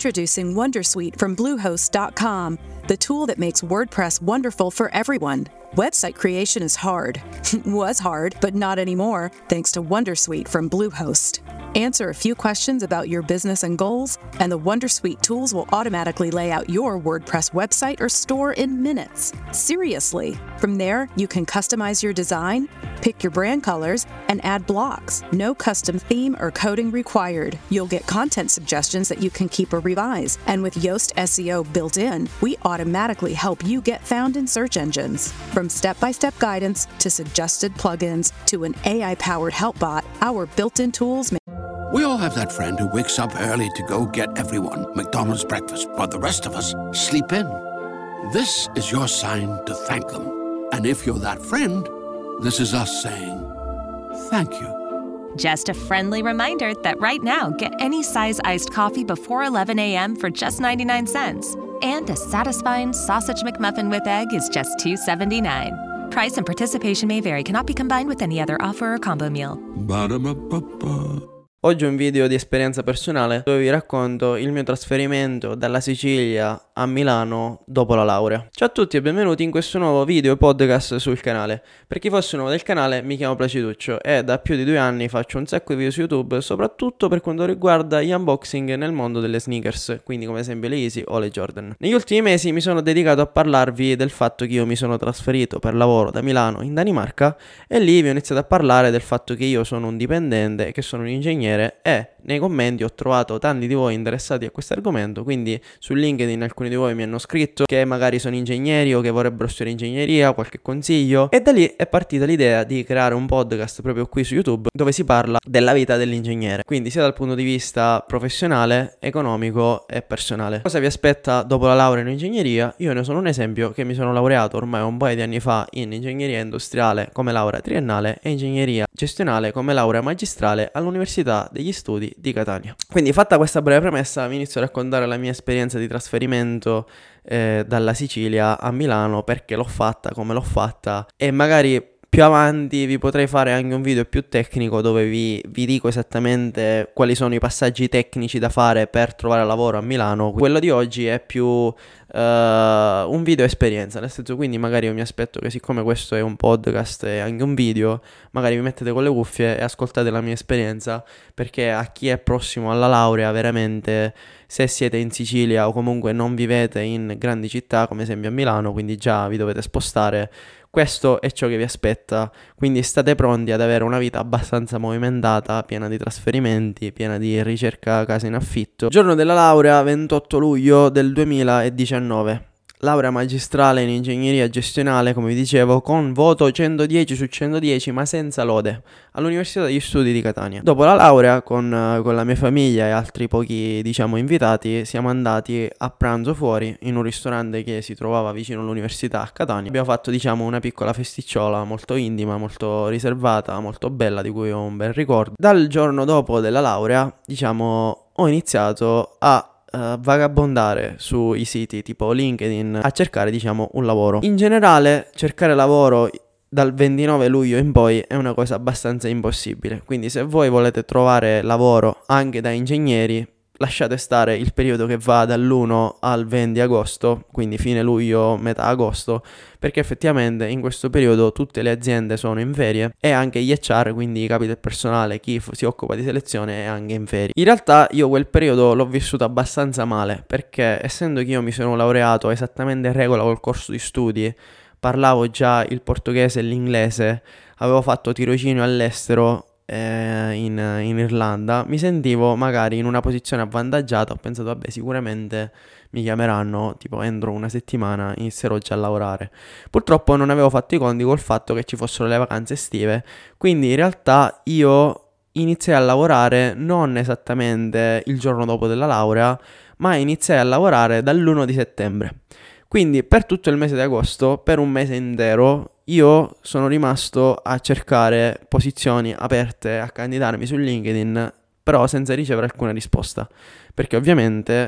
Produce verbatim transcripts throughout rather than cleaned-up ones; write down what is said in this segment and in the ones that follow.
Introducing Wondersuite from Bluehost dot com, the tool that makes WordPress wonderful for everyone. Website creation is hard. Was hard, but not anymore, thanks to Wondersuite from Bluehost. Answer a few questions about your business and goals, and the Wondersuite tools will automatically lay out your WordPress website or store in minutes. Seriously. From there, you can customize your design, pick your brand colors, and add blocks. No custom theme or coding required. You'll get content suggestions that you can keep or revise. And with Yoast S E O built in, we automatically help you get found in search engines. From step-by-step guidance to suggested plugins to an A I-powered help bot, our built-in tools make... We all have that friend who wakes up early to go get everyone McDonald's breakfast, while the rest of us sleep in. This is your sign to thank them. And if you're that friend, this is us saying thank you. Just a friendly reminder that right now, get any size iced coffee before eleven a.m. for just ninety-nine cents. And a satisfying sausage McMuffin with egg is just two seventy-nine. Price and participation may vary. Cannot be combined with any other offer or combo meal. Ba-da-ba-ba-ba. Oggi è un video di esperienza personale dove vi racconto il mio trasferimento dalla Sicilia a Milano dopo la laurea. Ciao a tutti e benvenuti in questo nuovo video e podcast sul canale. Per chi fosse nuovo del canale, mi chiamo Placiduccio e da più di due anni faccio un sacco di video su YouTube, soprattutto per quanto riguarda gli unboxing nel mondo delle sneakers, quindi come esempio le Yeezy o le Jordan. Negli ultimi mesi mi sono dedicato a parlarvi del fatto che io mi sono trasferito per lavoro da Milano in Danimarca e lì vi ho iniziato a parlare del fatto che io sono un dipendente, che sono un ingegnere e nei commenti ho trovato tanti di voi interessati a questo argomento, quindi su LinkedIn alcuni di voi mi hanno scritto che magari sono ingegneri o che vorrebbero studiare ingegneria, qualche consiglio, e da lì è partita l'idea di creare un podcast proprio qui su YouTube dove si parla della vita dell'ingegnere, quindi sia dal punto di vista professionale, economico e personale. Cosa vi aspetta dopo la laurea in ingegneria? Io ne sono un esempio, che mi sono laureato ormai un paio di anni fa in ingegneria industriale come laurea triennale e ingegneria gestionale come laurea magistrale all'Università degli Studi di Catania. Quindi, fatta questa breve premessa, vi inizio a raccontare la mia esperienza di trasferimento eh, dalla Sicilia a Milano, perché l'ho fatta, come l'ho fatta, e magari più avanti vi potrei fare anche un video più tecnico dove vi, vi dico esattamente quali sono i passaggi tecnici da fare per trovare lavoro a Milano. Quello di oggi è più uh, un video esperienza, nel senso, quindi magari io mi aspetto che, siccome questo è un podcast e anche un video, magari vi mettete con le cuffie e ascoltate la mia esperienza, perché a chi è prossimo alla laurea, veramente, se siete in Sicilia o comunque non vivete in grandi città come esempio a Milano, quindi già vi dovete spostare, questo è ciò che vi aspetta, quindi state pronti ad avere una vita abbastanza movimentata, piena di trasferimenti, piena di ricerca casa in affitto. Giorno della laurea, ventotto luglio del duemiladiciannove. Laurea magistrale in ingegneria gestionale, come vi dicevo, con voto centodieci su centodieci, ma senza lode, all'Università degli Studi di Catania. Dopo la laurea, con, con la mia famiglia e altri pochi, diciamo, invitati, siamo andati a pranzo fuori in un ristorante che si trovava vicino all'università a Catania. Abbiamo fatto, diciamo, una piccola festicciola molto intima, molto riservata, molto bella, di cui ho un bel ricordo. Dal giorno dopo della laurea, diciamo, ho iniziato a Uh, vagabondare sui siti tipo LinkedIn a cercare, diciamo, un lavoro. In generale, cercare lavoro dal ventinove luglio in poi è una cosa abbastanza impossibile, quindi se voi volete trovare lavoro anche da ingegneri, lasciate stare il periodo che va dall'primo al venti agosto, quindi fine luglio, metà agosto, perché effettivamente in questo periodo tutte le aziende sono in ferie e anche gli H R, quindi i capi del personale, chi f- si occupa di selezione, è anche in ferie. In realtà io quel periodo l'ho vissuto abbastanza male, perché essendo che io mi sono laureato esattamente in regola col corso di studi, parlavo già il portoghese e l'inglese, avevo fatto tirocinio all'estero In, in Irlanda, mi sentivo magari in una posizione avvantaggiata. Ho pensato, vabbè, sicuramente mi chiameranno, tipo entro una settimana inizierò già a lavorare. Purtroppo non avevo fatto i conti col fatto che ci fossero le vacanze estive, quindi in realtà io iniziai a lavorare non esattamente il giorno dopo della laurea, ma iniziai a lavorare dall'primo di settembre. Quindi per tutto il mese di agosto, per un mese intero, io sono rimasto a cercare posizioni aperte, a candidarmi su LinkedIn, però senza ricevere alcuna risposta, perché ovviamente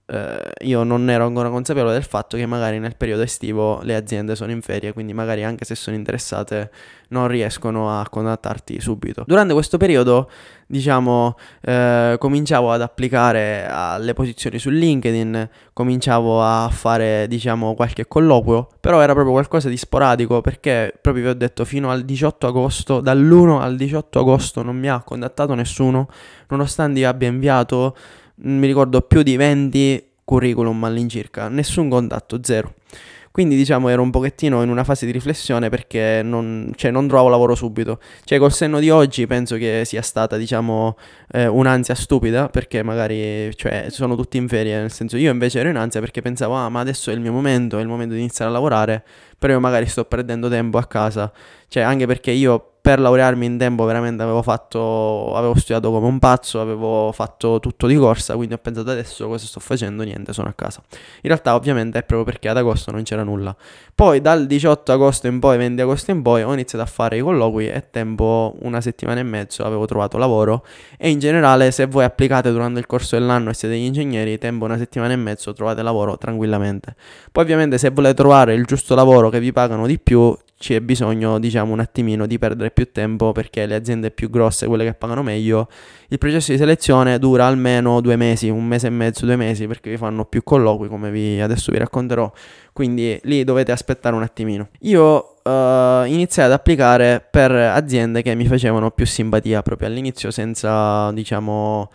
eh, io non ero ancora consapevole del fatto che magari nel periodo estivo le aziende sono in ferie, quindi magari anche se sono interessate non riescono a contattarti subito. Durante questo periodo, diciamo, eh, cominciavo ad applicare alle posizioni su LinkedIn, cominciavo a fare, diciamo, qualche colloquio, però era proprio qualcosa di sporadico, perché proprio vi ho detto fino al diciotto agosto, dall'primo al diciotto agosto non mi ha contattato nessuno, nonostante io abbia inviato, mi ricordo, più di venti curriculum all'incirca, nessun contatto, zero. Quindi diciamo ero un pochettino in una fase di riflessione, perché non, cioè, non trovavo lavoro subito. Cioè col senno di oggi penso che sia stata, diciamo, eh, un'ansia stupida, perché magari, cioè, sono tutti in ferie, nel senso io invece ero in ansia perché pensavo ah ma adesso è il mio momento, è il momento di iniziare a lavorare, però io magari sto perdendo tempo a casa. Cioè anche perché io per laurearmi in tempo veramente avevo fatto, avevo studiato come un pazzo, avevo fatto tutto di corsa, quindi ho pensato adesso cosa sto facendo? Niente, sono a casa. In realtà ovviamente è proprio perché ad agosto non c'era nulla. Poi dal diciotto agosto in poi, venti agosto in poi ho iniziato a fare i colloqui e tempo una settimana e mezzo avevo trovato lavoro, e in generale se voi applicate durante il corso dell'anno e siete degli ingegneri, tempo una settimana e mezzo trovate lavoro tranquillamente. Poi ovviamente se volete trovare il giusto lavoro che vi pagano di più, c'è bisogno, diciamo, un attimino di perdere più tempo, perché le aziende più grosse, quelle che pagano meglio, il processo di selezione dura almeno due mesi, un mese e mezzo, due mesi, perché vi fanno più colloqui, come vi adesso vi racconterò, quindi lì dovete aspettare un attimino. Io uh, iniziai ad applicare per aziende che mi facevano più simpatia proprio all'inizio, senza, diciamo,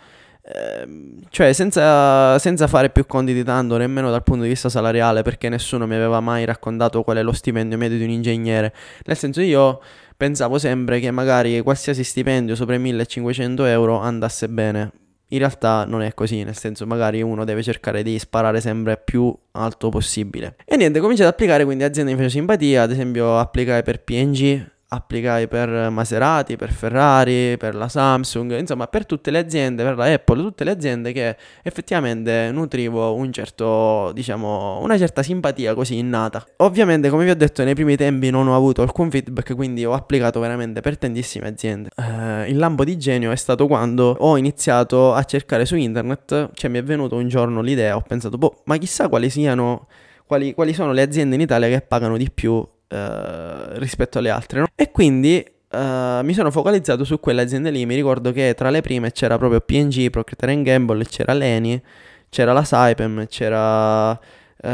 cioè senza, senza fare più conti di tanto, nemmeno dal punto di vista salariale, perché nessuno mi aveva mai raccontato qual è lo stipendio medio di un ingegnere. Nel senso, io pensavo sempre che magari qualsiasi stipendio sopra i millecinquecento euro andasse bene. In realtà non è così, nel senso magari uno deve cercare di sparare sempre più alto possibile. E niente, cominciai ad applicare, quindi aziende mi facevano simpatia, ad esempio applicai per P and G, applicai per Maserati, per Ferrari, per la Samsung, insomma per tutte le aziende, per la Apple, tutte le aziende che effettivamente nutrivo un certo, diciamo, una certa simpatia così innata. Ovviamente, come vi ho detto, nei primi tempi non ho avuto alcun feedback, quindi ho applicato veramente per tantissime aziende. Eh, il lampo di genio è stato quando ho iniziato a cercare su internet, cioè mi è venuto un giorno l'idea, ho pensato, boh, ma chissà quali siano, quali, quali sono le aziende in Italia che pagano di più Uh, rispetto alle altre, no? E quindi uh, mi sono focalizzato su quelle aziende lì. Mi ricordo che tra le prime c'era proprio P and G, Procter and Gamble, c'era l'Eni, c'era la Saipem, c'era uh,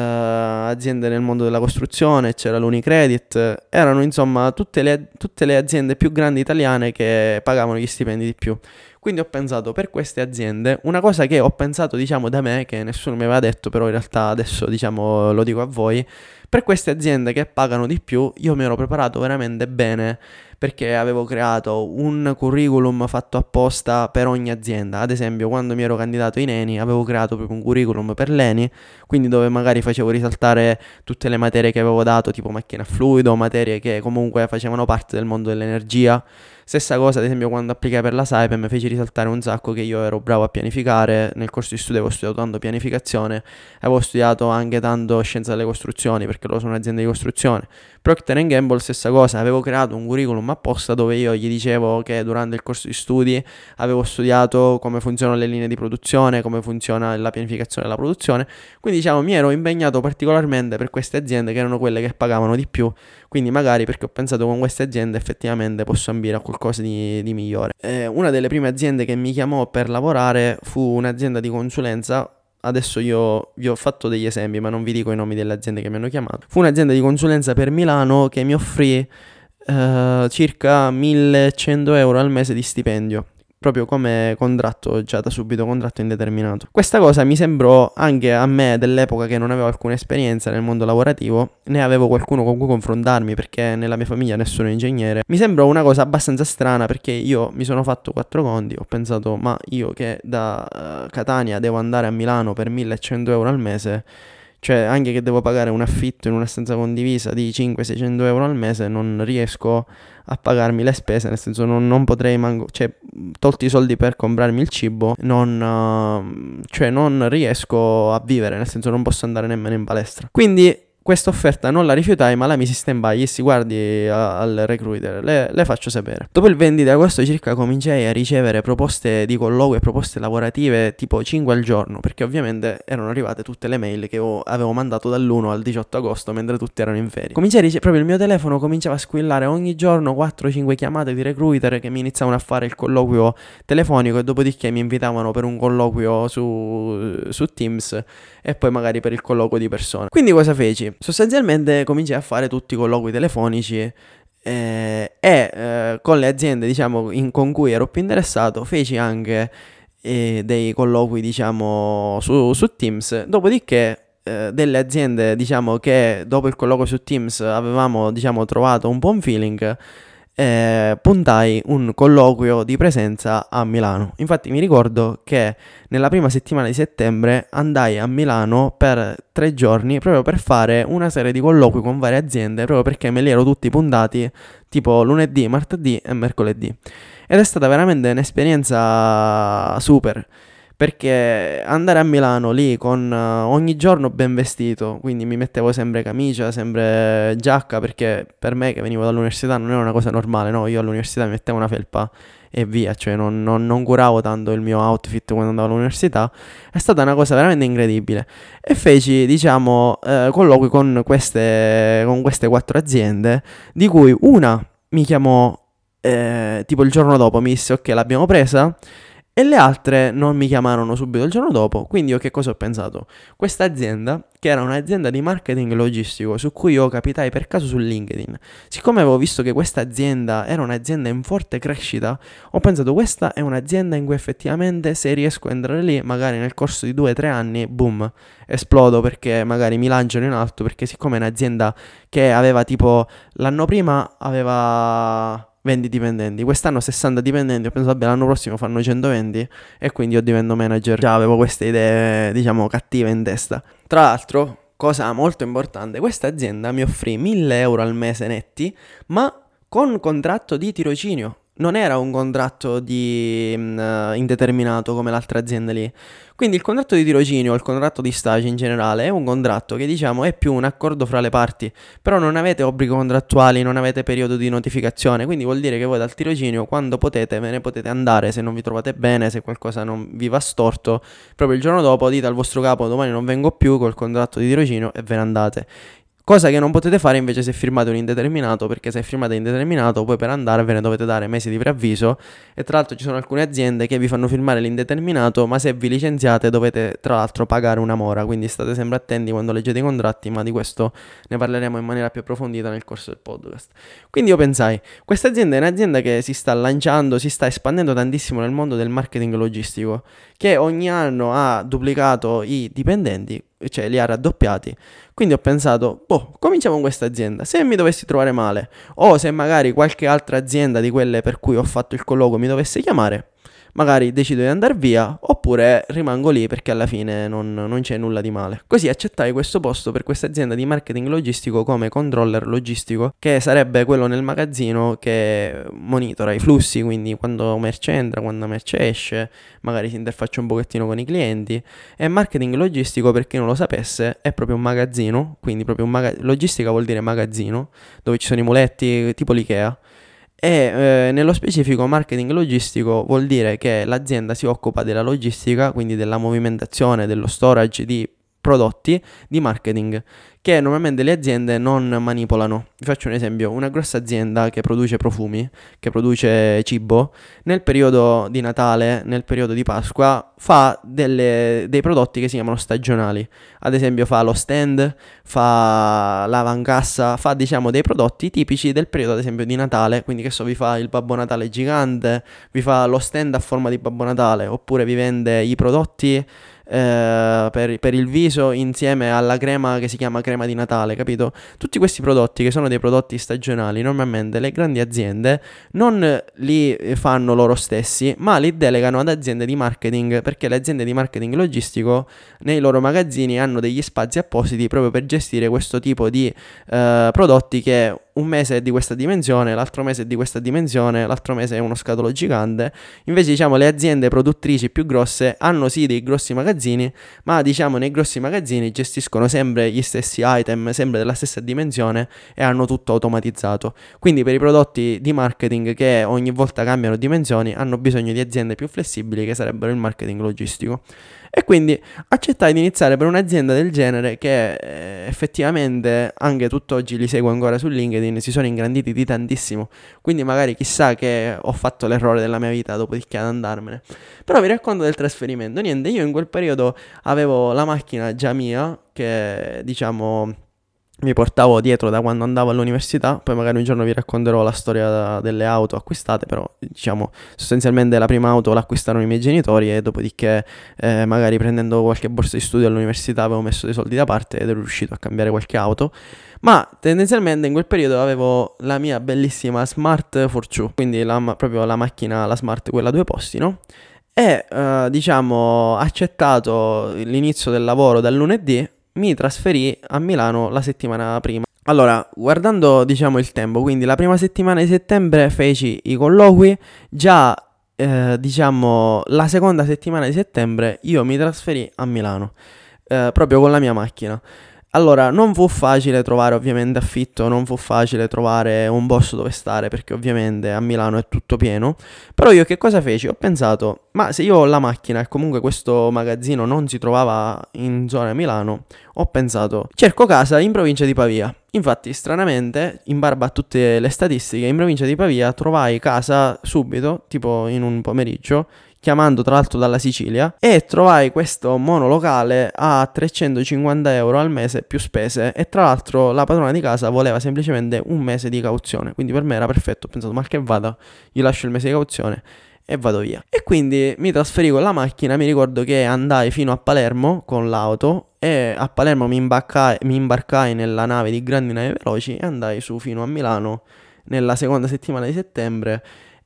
aziende nel mondo della costruzione, c'era l'Unicredit. Erano insomma tutte le, tutte le aziende più grandi italiane che pagavano gli stipendi di più. Quindi ho pensato per queste aziende, una cosa che ho pensato, diciamo, da me, che nessuno mi aveva detto, però in realtà adesso, diciamo, lo dico a voi. Per queste aziende che pagano di più io mi ero preparato veramente bene, perché avevo creato un curriculum fatto apposta per ogni azienda. Ad esempio, quando mi ero candidato in Eni avevo creato proprio un curriculum per l'Eni, quindi dove magari facevo risaltare tutte le materie che avevo dato, tipo macchina a fluido, materie che comunque facevano parte del mondo dell'energia. Stessa cosa, ad esempio, quando applicai per la Saipem feci risaltare un sacco che io ero bravo a pianificare. Nel corso di studio avevo studiato tanto pianificazione, avevo studiato anche tanto scienza delle costruzioni, perché loro sono un'azienda di costruzione. Procter and Gamble, stessa cosa, avevo creato un curriculum apposta dove io gli dicevo che durante il corso di studi avevo studiato come funzionano le linee di produzione, come funziona la pianificazione della produzione. Quindi, diciamo, mi ero impegnato particolarmente per queste aziende che erano quelle che pagavano di più. Quindi magari perché ho pensato con queste aziende effettivamente posso ambire a qualcosa di, di migliore. Eh, una delle prime aziende che mi chiamò per lavorare fu un'azienda di consulenza. Adesso io vi ho fatto degli esempi, ma non vi dico i nomi delle aziende che mi hanno chiamato. Fu un'azienda di consulenza per Milano che mi offrì eh, circa millecento euro al mese di stipendio, proprio come contratto, già da subito contratto indeterminato. Questa cosa mi sembrò, anche a me dell'epoca che non avevo alcuna esperienza nel mondo lavorativo, né avevo qualcuno con cui confrontarmi perché nella mia famiglia nessuno è ingegnere, mi sembrò una cosa abbastanza strana, perché io mi sono fatto quattro conti, ho pensato ma io che da uh, Catania devo andare a Milano per millecento euro al mese, cioè anche che devo pagare un affitto in una stanza condivisa di cinquecento-seicento euro al mese, non riesco a pagarmi le spese, nel senso non, non potrei manco, cioè tolti i soldi per comprarmi il cibo, non, uh, cioè non riesco a vivere, nel senso non posso andare nemmeno in palestra. Quindi questa offerta non la rifiutai, ma la misi stand by, dissi guardi a, al recruiter, le, le faccio sapere. Dopo il venti di agosto circa cominciai a ricevere proposte di colloquio e proposte lavorative tipo cinque al giorno, perché ovviamente erano arrivate tutte le mail che avevo, avevo mandato dall'primo al diciotto agosto mentre tutti erano in ferie. Cominciai a ricevere, proprio il mio telefono cominciava a squillare ogni giorno quattro cinque chiamate di recruiter che mi iniziavano a fare il colloquio telefonico e dopodiché mi invitavano per un colloquio su, su Teams e poi magari per il colloquio di persona. Quindi cosa feci? Sostanzialmente cominciai a fare tutti i colloqui telefonici eh, e eh, con le aziende, diciamo, in, con cui ero più interessato, feci anche eh, dei colloqui, diciamo, su, su Teams. Dopodiché eh, delle aziende, diciamo, che dopo il colloquio su Teams avevamo, diciamo, trovato un buon feeling, Eh, puntai un colloquio di presenza a Milano. Infatti mi ricordo che nella prima settimana di settembre andai a Milano per tre giorni proprio per fare una serie di colloqui con varie aziende, proprio perché me li ero tutti puntati tipo lunedì, martedì e mercoledì, ed è stata veramente un'esperienza super, perché andare a Milano lì con uh, ogni giorno ben vestito, quindi mi mettevo sempre camicia, sempre giacca, perché per me che venivo dall'università non era una cosa normale, no? Io all'università mi mettevo una felpa e via, cioè non, non, non curavo tanto il mio outfit quando andavo all'università. È stata una cosa veramente incredibile. E feci, diciamo, eh, colloqui con queste, con queste quattro aziende, di cui una mi chiamò eh, tipo il giorno dopo, mi disse ok, l'abbiamo presa. E le altre non mi chiamarono subito il giorno dopo. Quindi io che cosa ho pensato? Questa azienda, che era un'azienda di marketing logistico, su cui io capitai per caso su LinkedIn, siccome avevo visto che questa azienda era un'azienda in forte crescita, ho pensato questa è un'azienda in cui effettivamente se riesco a entrare lì, magari nel corso di due o tre anni, boom, esplodo, perché magari mi lanciano in alto, perché siccome è un'azienda che aveva tipo l'anno prima aveva venti dipendenti, quest'anno sessanta dipendenti, ho pensato vabbè l'anno prossimo fanno centoventi e quindi io divento manager. Già avevo queste idee, diciamo, cattive in testa. Tra l'altro, cosa molto importante, questa azienda mi offrì mille euro al mese netti, ma con contratto di tirocinio. Non era un contratto di uh, indeterminato come l'altra azienda lì. Quindi il contratto di tirocinio o il contratto di stage in generale è un contratto che, diciamo, è più un accordo fra le parti, però non avete obblighi contrattuali, non avete periodo di notificazione, quindi vuol dire che voi dal tirocinio quando potete ve ne potete andare, se non vi trovate bene, se qualcosa non vi va storto, proprio il giorno dopo dite al vostro capo domani non vengo più col contratto di tirocinio e ve ne andate. Cosa che non potete fare invece se firmate un indeterminato, perché se firmate indeterminato poi per andarvene dovete dare mesi di preavviso, e tra l'altro ci sono alcune aziende che vi fanno firmare l'indeterminato, ma se vi licenziate dovete tra l'altro pagare una mora, quindi state sempre attenti quando leggete i contratti, ma di questo ne parleremo in maniera più approfondita nel corso del podcast. Quindi io pensai, questa azienda è un'azienda che si sta lanciando, si sta espandendo tantissimo nel mondo del marketing logistico, che ogni anno ha duplicato i dipendenti, cioè li ha raddoppiati. Quindi ho pensato, boh, cominciamo con questa azienda. Se mi dovessi trovare male, o se magari qualche altra azienda di quelle per cui ho fatto il colloquio mi dovesse chiamare, magari decido di andare via, oppure rimango lì perché alla fine non, non c'è nulla di male. Così accettai questo posto per questa azienda di marketing logistico come controller logistico, che sarebbe quello nel magazzino che monitora i flussi, quindi quando merce entra, quando merce esce, magari si interfaccia un pochettino con i clienti. E marketing logistico, per chi non lo sapesse, è proprio un magazzino, quindi proprio un maga- logistica vuol dire magazzino, dove ci sono i muletti tipo l'Ikea. E eh, nello specifico marketing logistico vuol dire che l'azienda si occupa della logistica, quindi della movimentazione, dello storage di prodotti di marketing che normalmente le aziende non manipolano. Vi faccio un esempio: una grossa azienda che produce profumi, che produce cibo, nel periodo di Natale, nel periodo di Pasqua fa delle, dei prodotti che si chiamano stagionali. Ad esempio fa lo stand, fa l'avancassa, fa, diciamo, dei prodotti tipici del periodo, ad esempio di Natale, quindi che so, vi fa il Babbo Natale gigante, vi fa lo stand a forma di Babbo Natale, oppure vi vende i prodotti Eh, per, per il viso insieme alla crema che si chiama crema di Natale, capito? Tutti questi prodotti che sono dei prodotti stagionali, normalmente le grandi aziende non li fanno loro stessi, ma li delegano ad aziende di marketing, perché le aziende di marketing logistico nei loro magazzini hanno degli spazi appositi proprio per gestire questo tipo di eh, prodotti che un mese è di questa dimensione, l'altro mese è di questa dimensione, l'altro mese è uno scatolo gigante. Invece diciamo le aziende produttrici più grosse hanno sì dei grossi magazzini, ma diciamo nei grossi magazzini gestiscono sempre gli stessi item, sempre della stessa dimensione e hanno tutto automatizzato. Quindi per i prodotti di marketing che ogni volta cambiano dimensioni hanno bisogno di aziende più flessibili, che sarebbero il marketing logistico. E quindi accettai di iniziare per un'azienda del genere che eh, effettivamente anche tutt'oggi li seguo ancora su LinkedIn, si sono ingranditi di tantissimo, quindi magari chissà che ho fatto l'errore della mia vita dopodiché ad andarmene. Però vi racconto del trasferimento. Niente, io in quel periodo avevo la macchina già mia che diciamo mi portavo dietro da quando andavo all'università. Poi magari un giorno vi racconterò la storia delle auto acquistate, però diciamo sostanzialmente la prima auto l'acquistarono i miei genitori e dopodiché eh, magari prendendo qualche borsa di studio all'università avevo messo dei soldi da parte ed ero riuscito a cambiare qualche auto. Ma tendenzialmente in quel periodo avevo la mia bellissima Smart quattro, quindi la, proprio la macchina, la Smart, quella a due posti, no? E eh, diciamo accettato l'inizio del lavoro dal lunedì, mi trasferì a Milano la settimana prima. Allora, guardando diciamo il tempo, quindi la prima settimana di settembre feci i colloqui, già eh, diciamo la seconda settimana di settembre io mi trasferì a Milano, eh, proprio con la mia macchina. Allora, non fu facile trovare ovviamente affitto, non fu facile trovare un posto dove stare, perché ovviamente a Milano è tutto pieno. Però io che cosa feci? Ho pensato, ma se io ho la macchina e comunque questo magazzino non si trovava in zona Milano, ho pensato, cerco casa in provincia di Pavia. Infatti, stranamente, in barba a tutte le statistiche, in provincia di Pavia trovai casa subito, tipo in un pomeriggio, chiamando tra l'altro dalla Sicilia, e trovai questo monolocale a trecentocinquanta euro al mese più spese, e tra l'altro la padrona di casa voleva semplicemente un mese di cauzione, quindi per me era perfetto. Ho pensato, ma che vada, gli lascio il mese di cauzione e vado via. E quindi mi trasferì con la macchina. Mi ricordo che andai fino a Palermo con l'auto e a Palermo mi imbarcai, mi imbarcai nella nave di grandi navi veloci e andai su fino a Milano nella seconda settimana di settembre.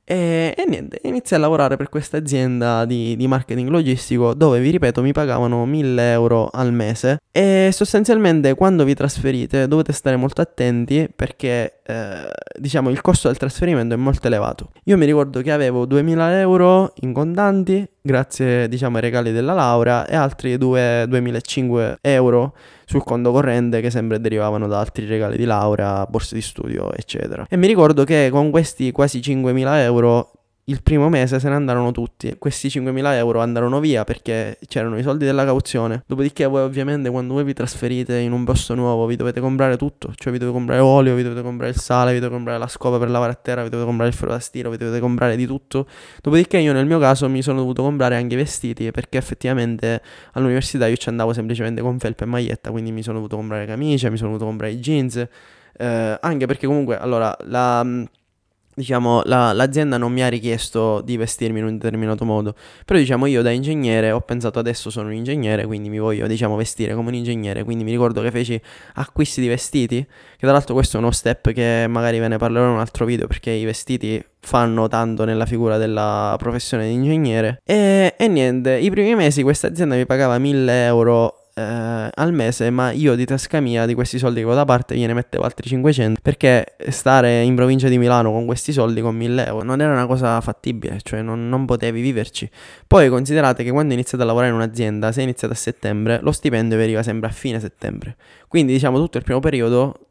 E, e niente, iniziai a lavorare per questa azienda di, di marketing logistico, dove vi ripeto mi pagavano mille euro al mese. E sostanzialmente quando vi trasferite dovete stare molto attenti, perché eh, diciamo il costo del trasferimento è molto elevato. Io mi ricordo che avevo duemila euro in contanti grazie diciamo ai regali della laurea e altri duemilacinquecento euro sul conto corrente che sempre derivavano da altri regali di laurea, borse di studio eccetera. E mi ricordo che con questi quasi cinquemila euro il primo mese se ne andarono tutti. Questi cinquemila euro andarono via perché c'erano i soldi della cauzione. Dopodiché voi ovviamente quando voi vi trasferite in un posto nuovo vi dovete comprare tutto. Cioè vi dovete comprare olio, vi dovete comprare il sale, vi dovete comprare la scopa per lavare a terra, vi dovete comprare il ferro da stiro, vi dovete comprare di tutto. Dopodiché io nel mio caso mi sono dovuto comprare anche i vestiti, perché effettivamente all'università io ci andavo semplicemente con felpa e maglietta. Quindi mi sono dovuto comprare camicia, mi sono dovuto comprare i jeans, eh, anche perché comunque allora la... diciamo la, l'azienda non mi ha richiesto di vestirmi in un determinato modo, però diciamo io da ingegnere ho pensato adesso sono un ingegnere, quindi mi voglio diciamo vestire come un ingegnere. Quindi mi ricordo che feci acquisti di vestiti, che tra l'altro questo è uno step che magari ve ne parlerò in un altro video, perché i vestiti fanno tanto nella figura della professione di ingegnere. E, e niente, i primi mesi questa azienda mi pagava mille euro Eh, al mese, ma io di tasca mia, di questi soldi che avevo da parte, gliene mettevo altri cinquecento, perché stare in provincia di Milano con questi soldi, con mille euro, non era una cosa fattibile, cioè non, non potevi viverci. Poi considerate che quando iniziate a lavorare in un'azienda, se iniziate a settembre, lo stipendio vi arriva sempre a fine settembre. Quindi diciamo tutto il primo periodo,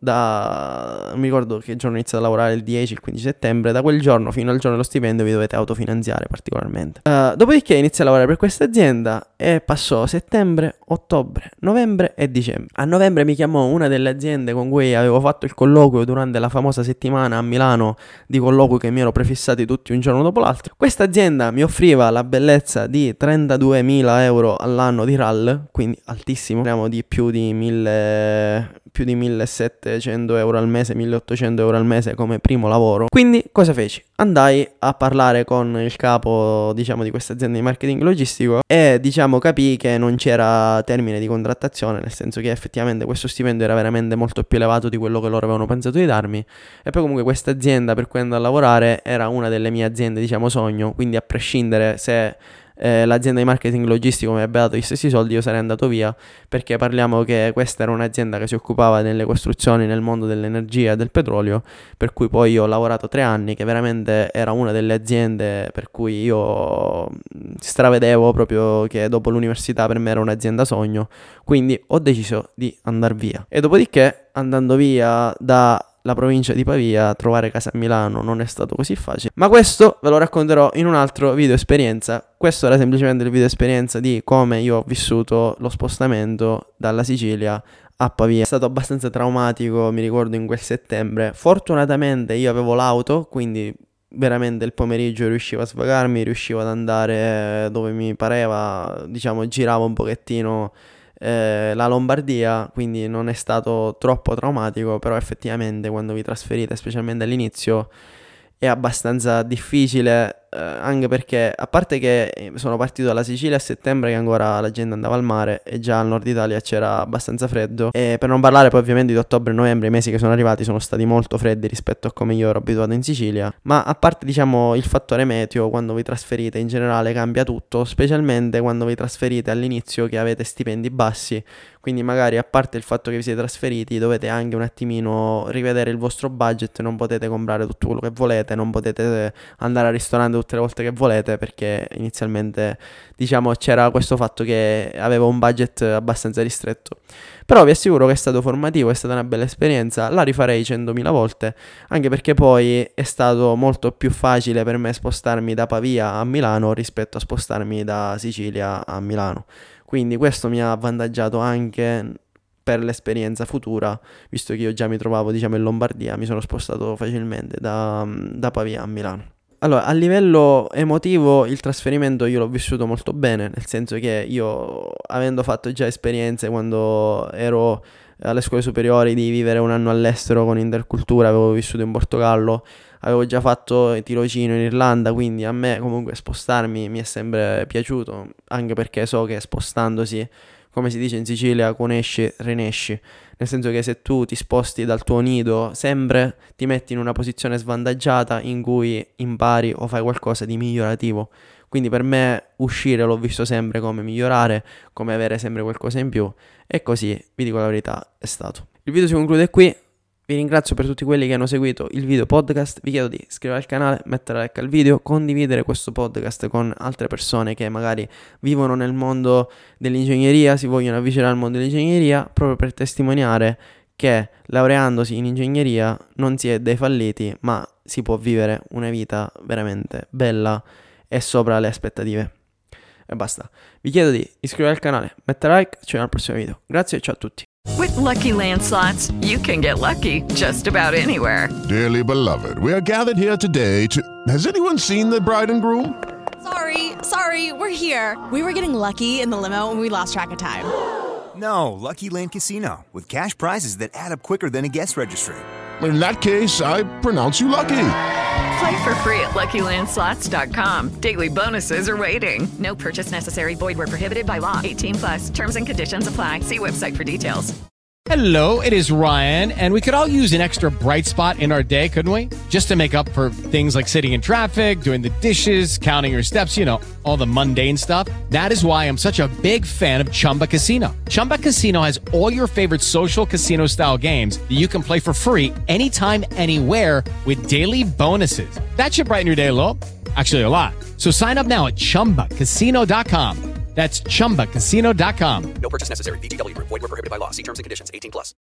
da non mi ricordo che giorno iniziate a lavorare, il dieci, il quindici settembre, da quel giorno fino al giorno dello stipendio vi dovete autofinanziare particolarmente. uh, Dopodiché iniziai a lavorare per questa azienda e passò settembre, ottobre, novembre e dicembre. A novembre mi chiamò una delle aziende con cui avevo fatto il colloquio durante la famosa settimana a Milano di colloqui che mi ero prefissati tutti un giorno dopo l'altro. Questa azienda mi offriva la bellezza di trentaduemila euro all'anno di R A L, quindi altissimo, parliamo di più di mille più di millesettecento euro al mese, milleottocento euro al mese come primo lavoro. Quindi cosa feci? Andai a parlare con il capo diciamo di questa azienda di marketing logistico e diciamo capii che non c'era termine di contrattazione, nel senso che effettivamente questo stipendio era veramente molto più elevato di quello che loro avevano pensato di darmi. E poi comunque questa azienda per cui andavo a lavorare era una delle mie aziende diciamo sogno, quindi a prescindere se eh, l'azienda di marketing logistico mi avrebbe dato gli stessi soldi, io sarei andato via, perché parliamo che questa era un'azienda che si occupava delle costruzioni nel mondo dell'energia e del petrolio, per cui poi io ho lavorato tre anni, che veramente era una delle aziende per cui io stravedevo proprio, che dopo l'università per me era un'azienda sogno, quindi ho deciso di andare via. E dopodiché, andando via da la provincia di Pavia, trovare casa a Milano non è stato così facile, ma questo ve lo racconterò in un altro video esperienza. Questo era semplicemente il video esperienza di come io ho vissuto lo spostamento dalla Sicilia a Pavia. È stato abbastanza traumatico, mi ricordo in quel settembre. Fortunatamente io avevo l'auto, quindi veramente il pomeriggio riuscivo a svagarmi, riuscivo ad andare dove mi pareva, diciamo giravo un pochettino Eh, la Lombardia, quindi non è stato troppo traumatico, però effettivamente quando vi trasferite, specialmente all'inizio, è abbastanza difficile, eh, anche perché, a parte che sono partito dalla Sicilia a settembre, che ancora la gente andava al mare e già al nord Italia c'era abbastanza freddo, e per non parlare poi ovviamente di ottobre e novembre, i mesi che sono arrivati sono stati molto freddi rispetto a come io ero abituato in Sicilia. Ma a parte, diciamo, il fattore meteo, quando vi trasferite in generale cambia tutto, specialmente quando vi trasferite all'inizio che avete stipendi bassi, quindi magari, a parte il fatto che vi siete trasferiti, dovete anche un attimino rivedere il vostro budget, non potete comprare tutto quello che volete, non potete andare al ristorante tutte le volte che volete, perché inizialmente, diciamo, c'era questo fatto che avevo un budget abbastanza ristretto. Però vi assicuro che è stato formativo, è stata una bella esperienza, la rifarei centomila volte, anche perché poi è stato molto più facile per me spostarmi da Pavia a Milano rispetto a spostarmi da Sicilia a Milano. Quindi questo mi ha avvantaggiato anche per l'esperienza futura, visto che io già mi trovavo, diciamo, in Lombardia, mi sono spostato facilmente da, da Pavia a Milano. Allora, a livello emotivo il trasferimento io l'ho vissuto molto bene, nel senso che io, avendo fatto già esperienze quando ero alle scuole superiori di vivere un anno all'estero con intercultura, avevo vissuto in Portogallo, avevo già fatto tirocinio in Irlanda, quindi a me comunque spostarmi mi è sempre piaciuto, anche perché so che spostandosi, come si dice in Sicilia, conesci, rinesci, nel senso che se tu ti sposti dal tuo nido sempre ti metti in una posizione svantaggiata in cui impari o fai qualcosa di migliorativo. Quindi per me uscire l'ho visto sempre come migliorare, come avere sempre qualcosa in più, e così, vi dico la verità, è stato. Il video si conclude qui. Vi ringrazio per tutti quelli che hanno seguito il video podcast, vi chiedo di iscrivervi al canale, mettere like al video, condividere questo podcast con altre persone che magari vivono nel mondo dell'ingegneria, si vogliono avvicinare al mondo dell'ingegneria, proprio per testimoniare che laureandosi in ingegneria non si è dei falliti, ma si può vivere una vita veramente bella e sopra le aspettative. E basta, vi chiedo di iscrivervi al canale, mettere like, ci vediamo al prossimo video. Grazie e ciao a tutti. With Lucky Land Slots, you can get lucky just about anywhere. Dearly beloved, we are gathered here today to... Has anyone seen the bride and groom? Sorry, sorry, we're here. We were getting lucky in the limo and we lost track of time. No, Lucky Land Casino, with cash prizes that add up quicker than a guest registry. In that case, I pronounce you lucky. Play for free at Lucky Land Slots dot com. Daily bonuses are waiting. No purchase necessary. Void where prohibited by law. eighteen plus. Terms and conditions apply. See website for details. Hello, it is Ryan, and we could all use an extra bright spot in our day, couldn't we? Just to make up for things like sitting in traffic, doing the dishes, counting your steps, you know, all the mundane stuff. That is why I'm such a big fan of Chumba Casino. Chumba Casino has all your favorite social casino-style games that you can play for free anytime, anywhere with daily bonuses. That should brighten your day a little. Actually, a lot. So sign up now at chumba casino dot com. That's chumba casino dot com. No purchase necessary. V G W Group. Void where prohibited by law. See terms and conditions. eighteen plus.